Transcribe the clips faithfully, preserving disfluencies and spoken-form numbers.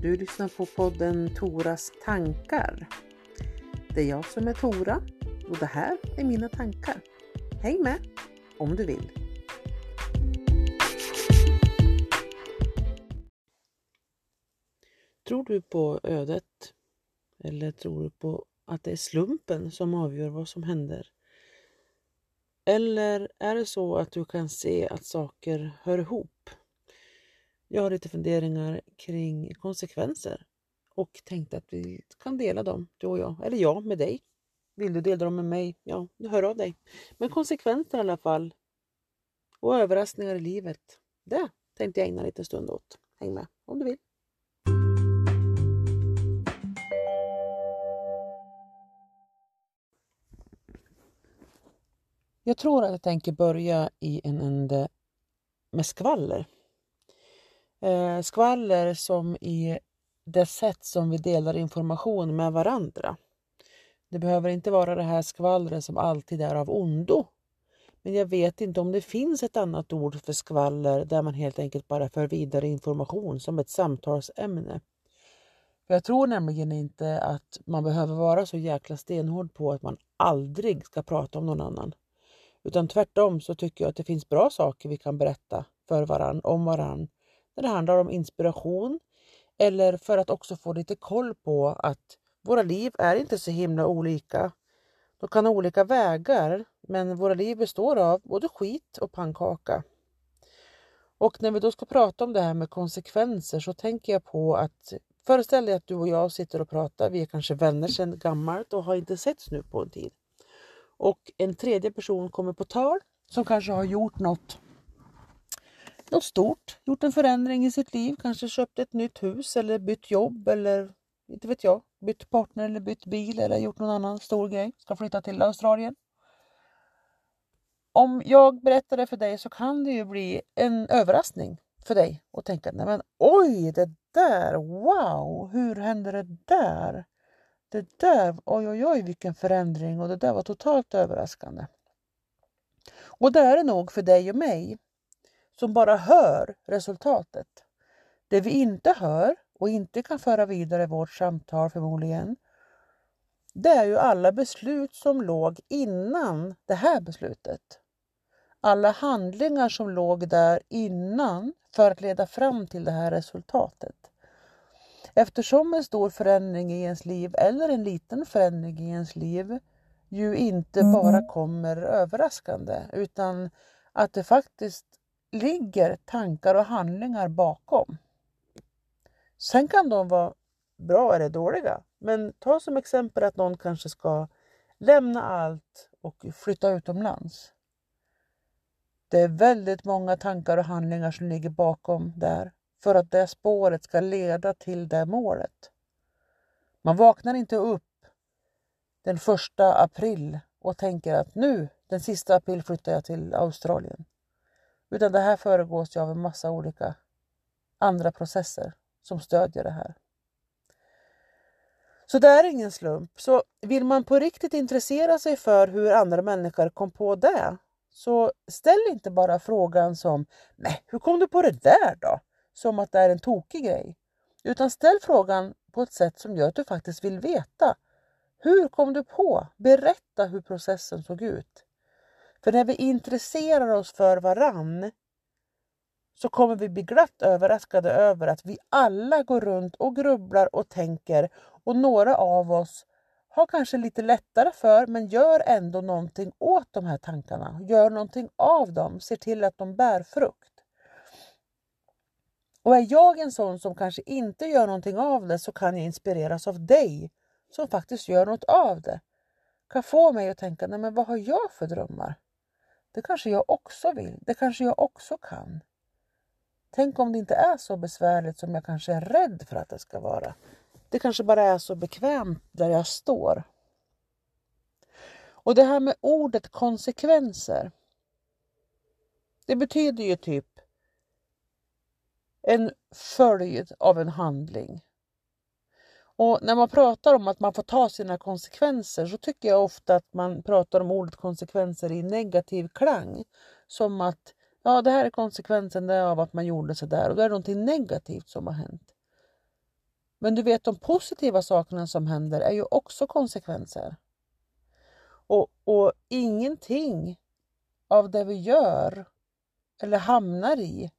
Du lyssnar på podden Toras tankar. Det är jag som är Tora och det här är mina tankar. Häng med om du vill. Tror du på ödet? Eller tror du på att det är slumpen som avgör vad som händer? Eller är det så att du kan se att saker hör ihop? Jag har lite funderingar kring konsekvenser och tänkte att vi kan dela dem, du och jag. Eller jag med dig. Vill du dela dem med mig? Ja, du hör av dig. Men konsekvenser i alla fall. Och överraskningar i livet. Det tänkte jag ägna lite stund åt. Häng med om du vill. Jag tror att jag tänker börja i en ände med skvaller. Eh, skvaller som i det sätt som vi delar information med varandra. Det behöver inte vara det här skvallret som alltid är av ondo. Men jag vet inte om det finns ett annat ord för skvaller där man helt enkelt bara för vidare information som ett samtalsämne. För jag tror nämligen inte att man behöver vara så jäkla stenhård på att man aldrig ska prata om någon annan. Utan tvärtom så tycker jag att det finns bra saker vi kan berätta för varann, om varann. När det handlar om inspiration eller för att också få lite koll på att våra liv är inte så himla olika. De kan ha olika vägar, men våra liv består av både skit och pannkaka. Och när vi då ska prata om det här med konsekvenser så tänker jag på att föreställ dig att du och jag sitter och pratar. Vi är kanske vänner sedan gammalt och har inte setts nu på en tid. Och en tredje person kommer på tal som kanske har gjort något, något stort. Gjort en förändring i sitt liv. Kanske köpt ett nytt hus eller bytt jobb eller inte vet jag. Bytt partner eller bytt bil eller gjort någon annan stor grej. Ska flytta till Australien. Om jag berättar det för dig så kan det ju bli en överraskning för dig. Och tänka, nej men oj det där, wow, hur hände det där? Det där, oj oj oj vilken förändring och det där var totalt överraskande. Och det är det nog för dig och mig som bara hör resultatet. Det vi inte hör och inte kan föra vidare vårt samtal förmodligen. Det är ju alla beslut som låg innan det här beslutet. Alla handlingar som låg där innan för att leda fram till det här resultatet. Eftersom en stor förändring i ens liv eller en liten förändring i ens liv ju inte bara kommer överraskande utan att det faktiskt ligger tankar och handlingar bakom. Sen kan de vara bra eller dåliga, men ta som exempel att någon kanske ska lämna allt och flytta utomlands. Det är väldigt många tankar och handlingar som ligger bakom där. För att det spåret ska leda till det målet. Man vaknar inte upp den första april och tänker att nu, den sista april flyttar jag till Australien. Utan det här föregås ju av en massa olika andra processer som stödjer det här. Så det är ingen slump. Så vill man på riktigt intressera sig för hur andra människor kom på det. Så ställ inte bara frågan som, nej hur kom du på det där då? Som att det är en tokig grej. Utan ställ frågan på ett sätt som gör att du faktiskt vill veta. Hur kom du på? Berätta hur processen såg ut. För när vi intresserar oss för varann så kommer vi bli glatt överraskade över att vi alla går runt och grubblar och tänker. Och några av oss har kanske lite lättare för men gör ändå någonting åt de här tankarna. Gör någonting av dem. Ser till att de bär frukt. Och är jag en sån som kanske inte gör någonting av det så kan jag inspireras av dig som faktiskt gör något av det. Kan få mig att tänka, nej men vad har jag för drömmar? Det kanske jag också vill. Det kanske jag också kan. Tänk om det inte är så besvärligt som jag kanske är rädd för att det ska vara. Det kanske bara är så bekvämt där jag står. Och det här med ordet konsekvenser. Det betyder ju typ en följd av en handling. Och när man pratar om att man får ta sina konsekvenser så tycker jag ofta att man pratar om ordet konsekvenser i negativ klang. Som att ja, det här är konsekvensen av att man gjorde så där och då är det någonting negativt som har hänt. Men du vet, de positiva sakerna som händer är ju också konsekvenser. Och, och ingenting av det vi gör eller hamnar i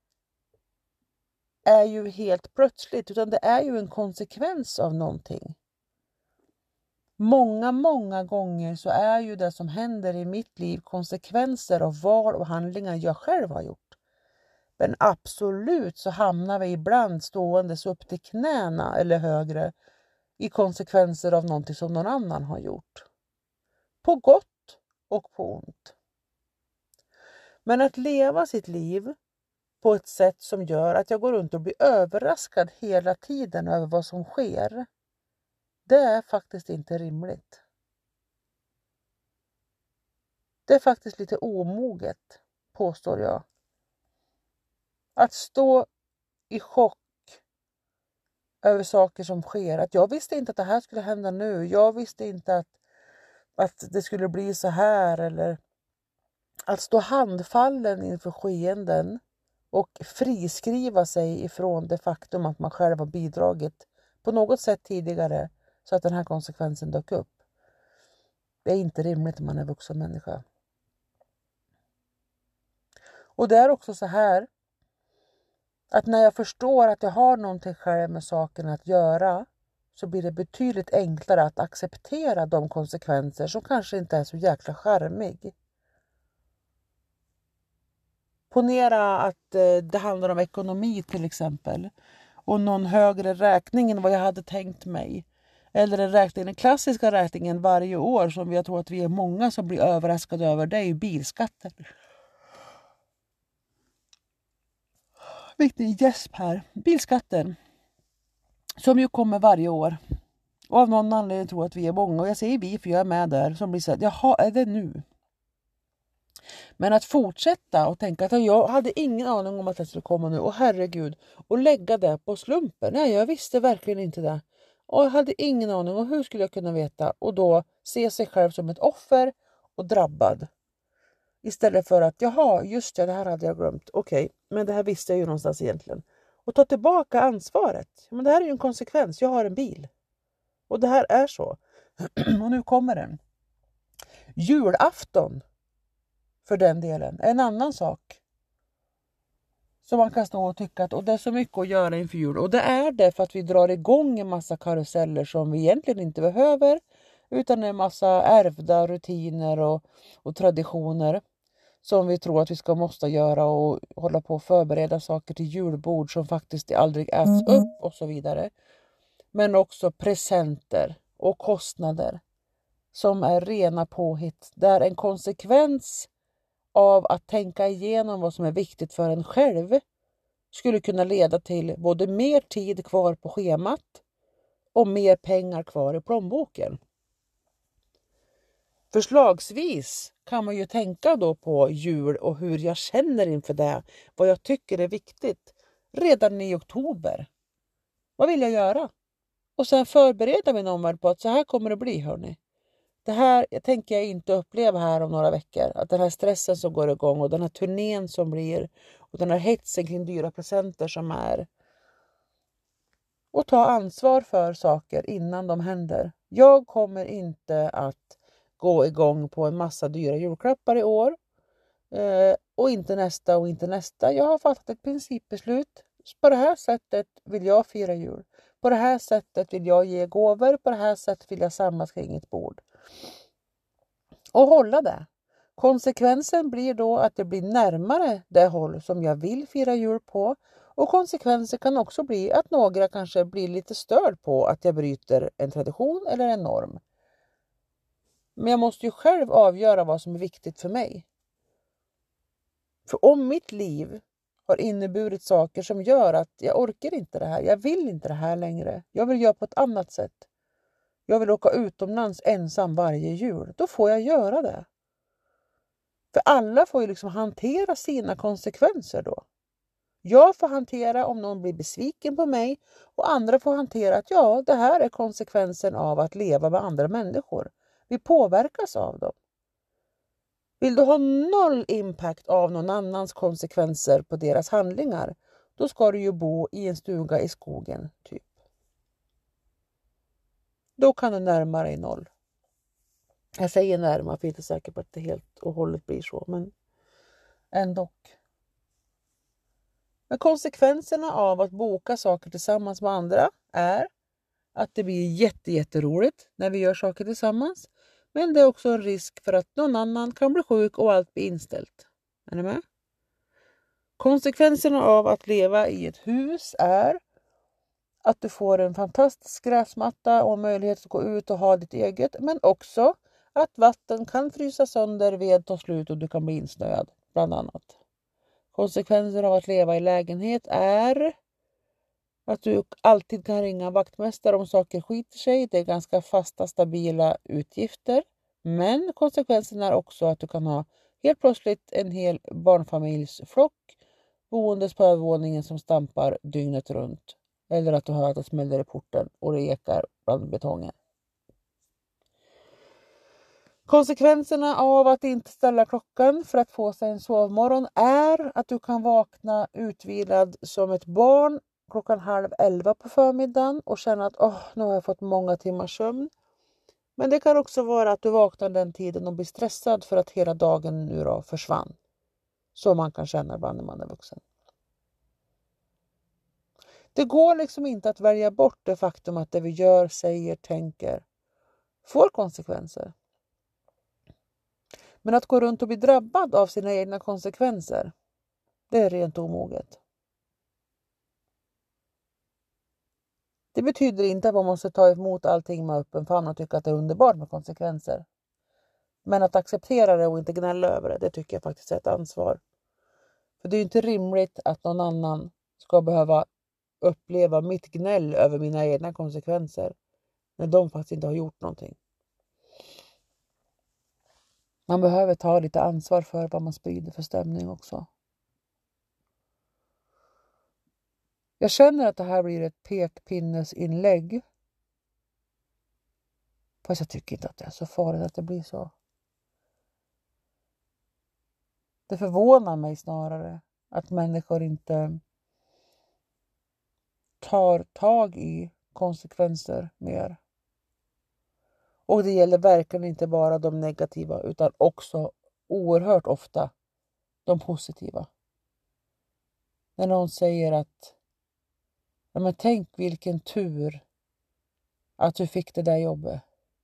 är ju helt plötsligt, utan det är ju en konsekvens av någonting. Många, många gånger så är ju det som händer i mitt liv konsekvenser av val och handlingar jag själv har gjort. Men absolut så hamnar vi ibland ståendes upp till knäna eller högre i konsekvenser av någonting som någon annan har gjort. På gott och på ont. Men att leva sitt liv på ett sätt som gör att jag går runt och blir överraskad hela tiden över vad som sker, det är faktiskt inte rimligt. Det är faktiskt lite omoget, påstår jag. Att stå i chock över saker som sker. Att jag visste inte att det här skulle hända nu. Jag visste inte att, att det skulle bli så här. Eller att stå handfallen inför skeenden och friskriva sig ifrån det faktum att man själv har bidragit på något sätt tidigare så att den här konsekvensen dök upp. Det är inte rimligt om man är vuxen människa. Och det är också så här att när jag förstår att jag har någonting själv med saken att göra, så blir det betydligt enklare att acceptera de konsekvenser som kanske inte är så jäkla charmig. Ponera att eh, det handlar om ekonomi till exempel. Och någon högre räkning än vad jag hade tänkt mig. Eller en räkning, den klassiska räkningen varje år som jag tror att vi är många som blir överraskade över, det är ju bilskatter. Viktig gäsp här. Bilskatten. Som ju kommer varje år. Och av någon anledning tror jag att vi är många. Och jag säger vi för jag är med där. Som blir så här, jaha, är det nu? Men att fortsätta och tänka att jag hade ingen aning om att det skulle komma nu. Och herregud. Och lägga det på slumpen. Nej, jag visste verkligen inte det. Och jag hade ingen aning. Och hur skulle jag kunna veta? Och då se sig själv som ett offer och drabbad. Istället för att, jaha, just det, det här hade jag glömt. Okej, okay, men det här visste jag ju någonstans egentligen. Och ta tillbaka ansvaret. Men det här är ju en konsekvens. Jag har en bil. Och det här är så. Och nu kommer den. Julafton. För den delen. En annan sak. Som man kan stå och tycka att och det är så mycket att göra inför jul. Och det är det för att vi drar igång en massa karuseller som vi egentligen inte behöver. Utan en massa ärvda rutiner och, och traditioner. Som vi tror att vi ska måste göra och hålla på att förbereda saker till julbord som faktiskt aldrig äts upp och så vidare. Men också presenter och kostnader som är rena påhitt. Där en konsekvens av att tänka igenom vad som är viktigt för en själv skulle kunna leda till både mer tid kvar på schemat och mer pengar kvar i plånboken. Förslagsvis kan man ju tänka då på jul och hur jag känner inför det. Vad jag tycker är viktigt. Redan i oktober. Vad vill jag göra? Och sen förbereda min omvärld på att så här kommer det bli, hörni. Det här jag tänker jag inte uppleva här om några veckor. Att den här stressen som går igång och den här turnén som blir. Och den här hetsen kring dyra presenter som är. Och ta ansvar för saker innan de händer. Jag kommer inte att gå igång på en massa dyra julklappar i år. Eh, och inte nästa och inte nästa. Jag har fattat ett principbeslut. På det här sättet vill jag fira jul. På det här sättet vill jag ge gåvor. På det här sättet vill jag samlas kring ett bord. Och hålla det. Konsekvensen blir då att det blir närmare det håll som jag vill fira jul på. Och konsekvenser kan också bli att några kanske blir lite störd på att jag bryter en tradition eller en norm. Men jag måste ju själv avgöra vad som är viktigt för mig. För om mitt liv har inneburit saker som gör att jag orkar inte det här. Jag vill inte det här längre. Jag vill göra på ett annat sätt. Jag vill åka utomlands ensam varje jul. Då får jag göra det. För alla får ju liksom hantera sina konsekvenser då. Jag får hantera om någon blir besviken på mig. Och andra får hantera att ja, det här är konsekvensen av att leva med andra människor. Vi påverkas av dem. Vill du ha noll impact av någon annans konsekvenser på deras handlingar, då ska du ju bo i en stuga i skogen, typ. då kan du närma dig noll. Jag säger närma, för jag är inte säker på att det helt och hållet blir så, men ändå. Men konsekvenserna av att boka saker tillsammans med andra är att det blir jätte, jätteroligt när vi gör saker tillsammans. Men det är också en risk för att någon annan kan bli sjuk och allt blir inställt. Är ni med? Konsekvenserna av att leva i ett hus är att du får en fantastisk gräsmatta och möjlighet att gå ut och ha ditt eget. Men också att vatten kan frysa sönder, ved tar slut och du kan bli insnöad, bland annat. Konsekvenser av att leva i lägenhet är att du alltid kan ringa vaktmästare om saker skiter sig. Det är ganska fasta, stabila utgifter. Men konsekvensen är också att du kan ha helt plötsligt en hel barnfamiljsflock boendes på övervåningen som stampar dygnet runt. Eller att du hör att det smäller i porten och det ekar bland betongen. Konsekvenserna av att inte ställa klockan för att få sig en sovmorgon är att du kan vakna utvilad som ett barn klockan halv elva på förmiddagen och känna att åh, nu har jag fått många timmars sömn. Men det kan också vara att du vaknar den tiden och blir stressad för att hela dagen nu då försvann. Så man kan känna ibland när man är vuxen. Det går liksom inte att välja bort det faktum att det vi gör, säger, tänker får konsekvenser. Men att gå runt och bli drabbad av sina egna konsekvenser, det är rent omoget. Det betyder inte att man måste ta emot allting med öppen famn och tycka att det är underbart med konsekvenser. Men att acceptera det och inte gnälla över det, det tycker jag faktiskt är ett ansvar. För det är ju inte rimligt att någon annan ska behöva uppleva mitt gnäll över mina egna konsekvenser när de faktiskt inte har gjort någonting. Man behöver ta lite ansvar för vad man sprider för stämning också. Jag känner att det här blir ett pekpinnesinlägg. Fast jag tycker inte att det är så farligt att det blir så. Det förvånar mig snarare att människor inte tar tag i konsekvenser mer. Och det gäller verkligen inte bara de negativa utan också oerhört ofta de positiva. När någon säger att ja, men tänk vilken tur att du fick det där jobbet.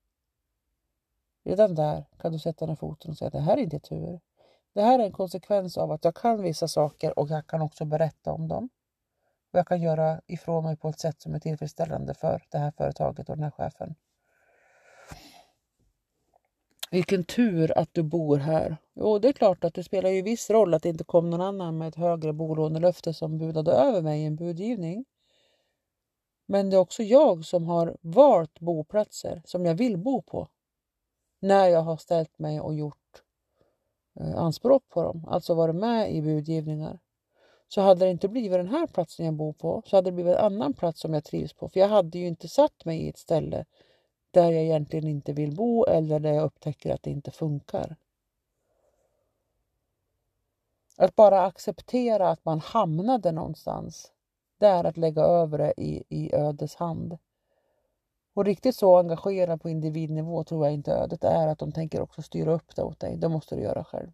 Redan där kan du sätta ner foten och säga att det här är inte tur. Det här är en konsekvens av att jag kan vissa saker och jag kan också berätta om dem. Och jag kan göra ifrån mig på ett sätt som är tillfredsställande för det här företaget och den här chefen. Vilken tur att du bor här. Jo, det är klart att det spelar ju viss roll att det inte kom någon annan med ett högre bolånelöfte som budade över mig i en budgivning. Men det är också jag som har valt boplatser som jag vill bo på. När jag har ställt mig och gjort eh, anspråk på dem. Alltså varit med i budgivningar. Så hade det inte blivit den här platsen jag bor på, så hade det blivit en annan plats som jag trivs på. För jag hade ju inte satt mig i ett ställe där jag egentligen inte vill bo eller där jag upptäcker att det inte funkar. Att bara acceptera att man hamnade någonstans, det är att lägga över det i, i ödets hand. Och riktigt så engagerad på individnivå tror jag inte ödet är, att de tänker också styra upp det åt dig. Det måste du göra själv.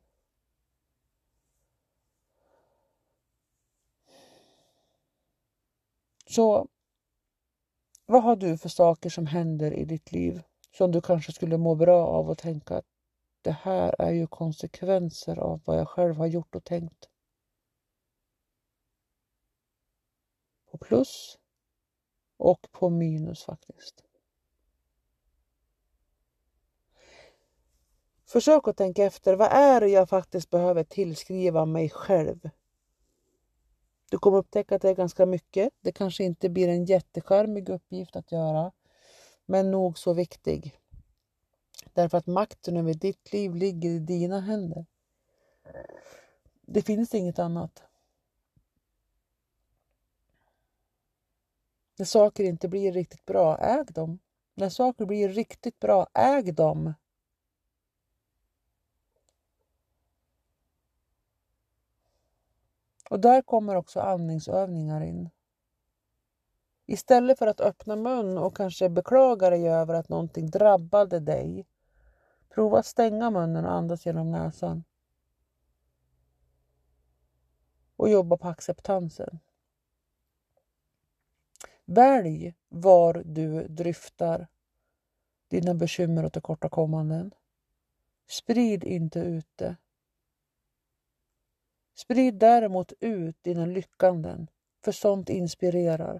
Så vad har du för saker som händer i ditt liv som du kanske skulle må bra av att tänka att det här är ju konsekvenser av vad jag själv har gjort och tänkt. På plus och på minus faktiskt. Försök att tänka efter, vad är det jag faktiskt behöver tillskriva mig själv? Du kommer upptäcka att det är ganska mycket. Det kanske inte blir en jättecharmig uppgift att göra, men nog så viktig. Därför att makten över ditt liv ligger i dina händer. Det finns inget annat. När saker inte blir riktigt bra, äg dem. När saker blir riktigt bra, äg dem. Och där kommer också andningsövningar in. Istället för att öppna mun och kanske beklaga dig över att någonting drabbade dig. Prova att stänga munnen och andas genom näsan. Och jobba på acceptansen. Välj var du dryftar dina bekymmer och tillkortakommanden. Sprid inte ut det. Sprid däremot ut dina lyckanden, för sånt inspirerar.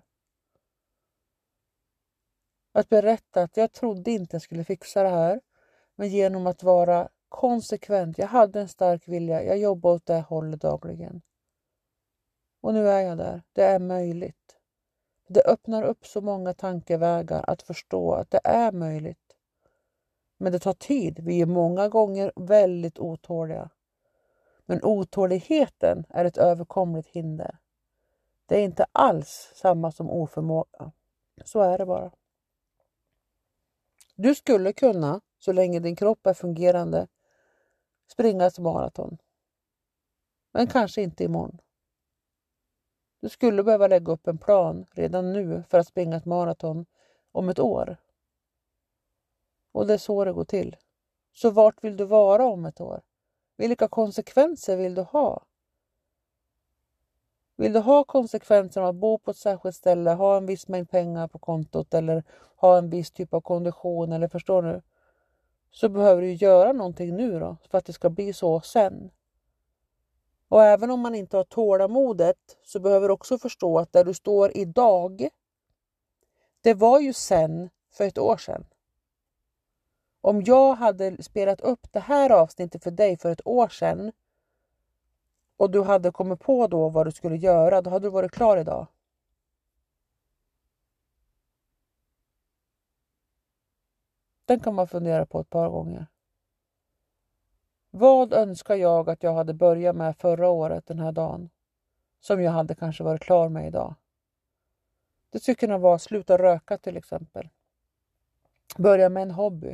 Att berätta att jag trodde inte jag skulle fixa det här, men genom att vara konsekvent, jag hade en stark vilja, jag jobbar åt det hållet dagligen. Och nu är jag där, det är möjligt. Det öppnar upp så många tankevägar att förstå att det är möjligt. Men det tar tid, vi är många gånger väldigt otåliga. Men otåligheten är ett överkomligt hinder. Det är inte alls samma som oförmåga. Så är det bara. Du skulle kunna, så länge din kropp är fungerande, springa ett maraton. Men kanske inte imorgon. Du skulle behöva lägga upp en plan redan nu för att springa ett maraton om ett år. Och det är så det går till. Så vart vill du vara om ett år? Vilka konsekvenser vill du ha? Vill du ha konsekvenser av att bo på ett särskilt ställe, ha en viss mängd pengar på kontot eller ha en viss typ av kondition, eller förstår du? Så behöver du göra någonting nu då för att det ska bli så sen. Och även om man inte har tålamodet så behöver du också förstå att där du står idag, det var ju sen för ett år sedan. Om jag hade spelat upp det här avsnittet för dig för ett år sedan och du hade kommit på då vad du skulle göra, då hade du varit klar idag. Den kan man fundera på ett par gånger. Vad önskar jag att jag hade börjat med förra året den här dagen? Som jag hade kanske varit klar med idag. Det skulle kunna vara att sluta röka till exempel. Börja med en hobby.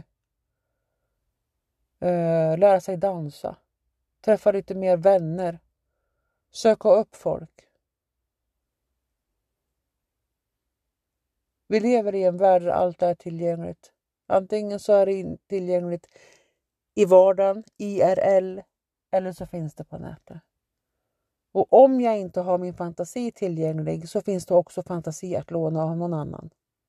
Uh, lära sig dansa. Träffa lite mer vänner. Söka upp folk. Vi lever i en värld där allt är tillgängligt. Antingen så är det tillgängligt i vardagen, I R L, eller så finns det på nätet. Och om jag inte har min fantasi tillgänglig så finns det också fantasi att låna av någon annan.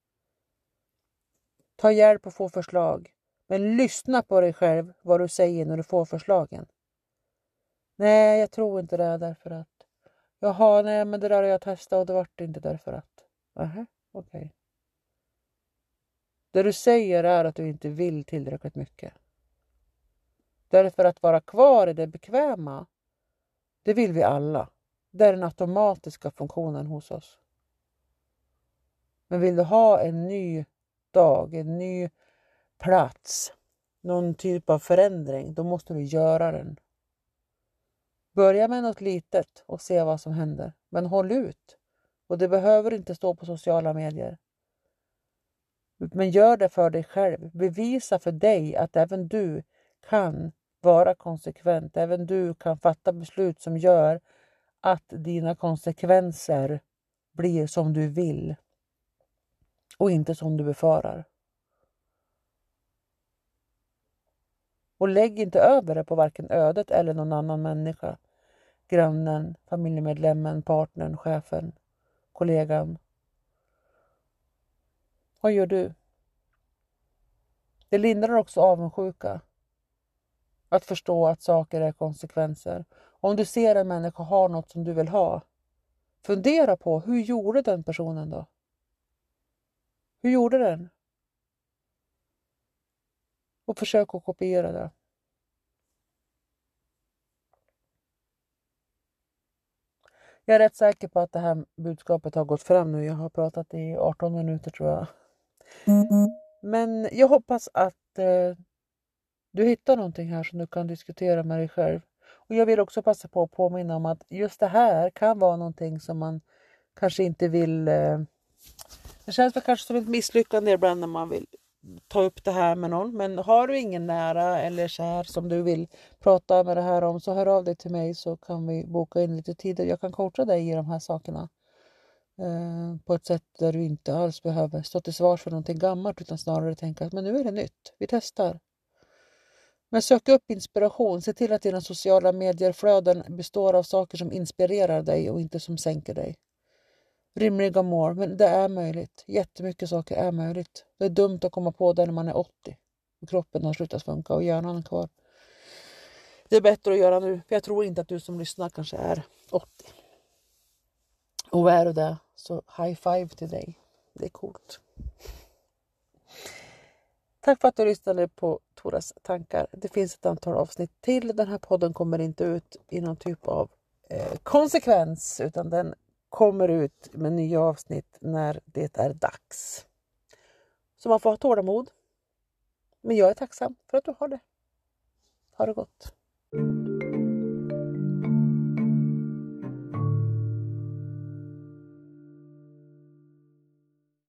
Ta hjälp och få förslag. Men lyssna på dig själv vad du säger när du får förslagen. Nej, jag tror inte det är därför att. Jaha, nej men det där har jag testat och det vart inte därför att. Aha, okej. Okay. Det du säger är att du inte vill tillräckligt mycket. Därför att vara kvar i det bekväma, det vill vi alla. Det är den automatiska funktionen hos oss. Men vill du ha en ny dag, en ny plats, någon typ av förändring, då måste du göra den. Börja med något litet och se vad som händer. Men håll ut. Och det behöver inte stå på sociala medier. Men gör det för dig själv. Bevisa för dig att även du kan vara konsekvent. Även du kan fatta beslut som gör att dina konsekvenser blir som du vill. Och inte som du befarar. Och lägg inte över det på varken ödet eller någon annan människa. Grannen, familjemedlemmen, partnern, chefen, kollegan. Vad gör du? Det lindrar också avundsjuka. Att förstå att saker är konsekvenser. Om du ser en människa ha något som du vill ha. Fundera på hur gjorde den personen då? Hur gjorde den? Och försök att kopiera det. Jag är rätt säker på att det här budskapet har gått fram nu. Jag har pratat i arton minuter tror jag. Mm. Men jag hoppas att eh, du hittar någonting här som du kan diskutera med dig själv. Och jag vill också passa på att påminna om att just det här kan vara någonting som man kanske inte vill... Eh, det känns väl kanske som ett misslyckande ibland när man vill ta upp det här med någon. Men har du ingen nära eller kär som du vill prata med det här om, så hör av dig till mig så kan vi boka in lite tid. Jag kan coacha dig i de här sakerna. Eh, på ett sätt där du inte alls behöver stå till svars för någonting gammalt utan snarare tänka att men nu är det nytt, vi testar. Men sök upp inspiration, se till att dina sociala medier-flöden består av saker som inspirerar dig och inte som sänker dig. Rimliga mål, men det är möjligt. Jättemycket saker är möjligt. Det är dumt att komma på det när man är åttio och kroppen har slutat funka och hjärnan är kvar. Det är bättre att göra nu, för jag tror inte att du som lyssnar kanske är åttio. Och är du det, så high five till dig. Det är coolt. Tack för att du lyssnade på Toras tankar. Det finns ett antal avsnitt till. Den här podden kommer inte ut i någon typ av eh, konsekvens, utan den kommer ut med nya avsnitt när det är dags. Så man får ha tålamod. Men jag är tacksam för att du har det. Ha det gott.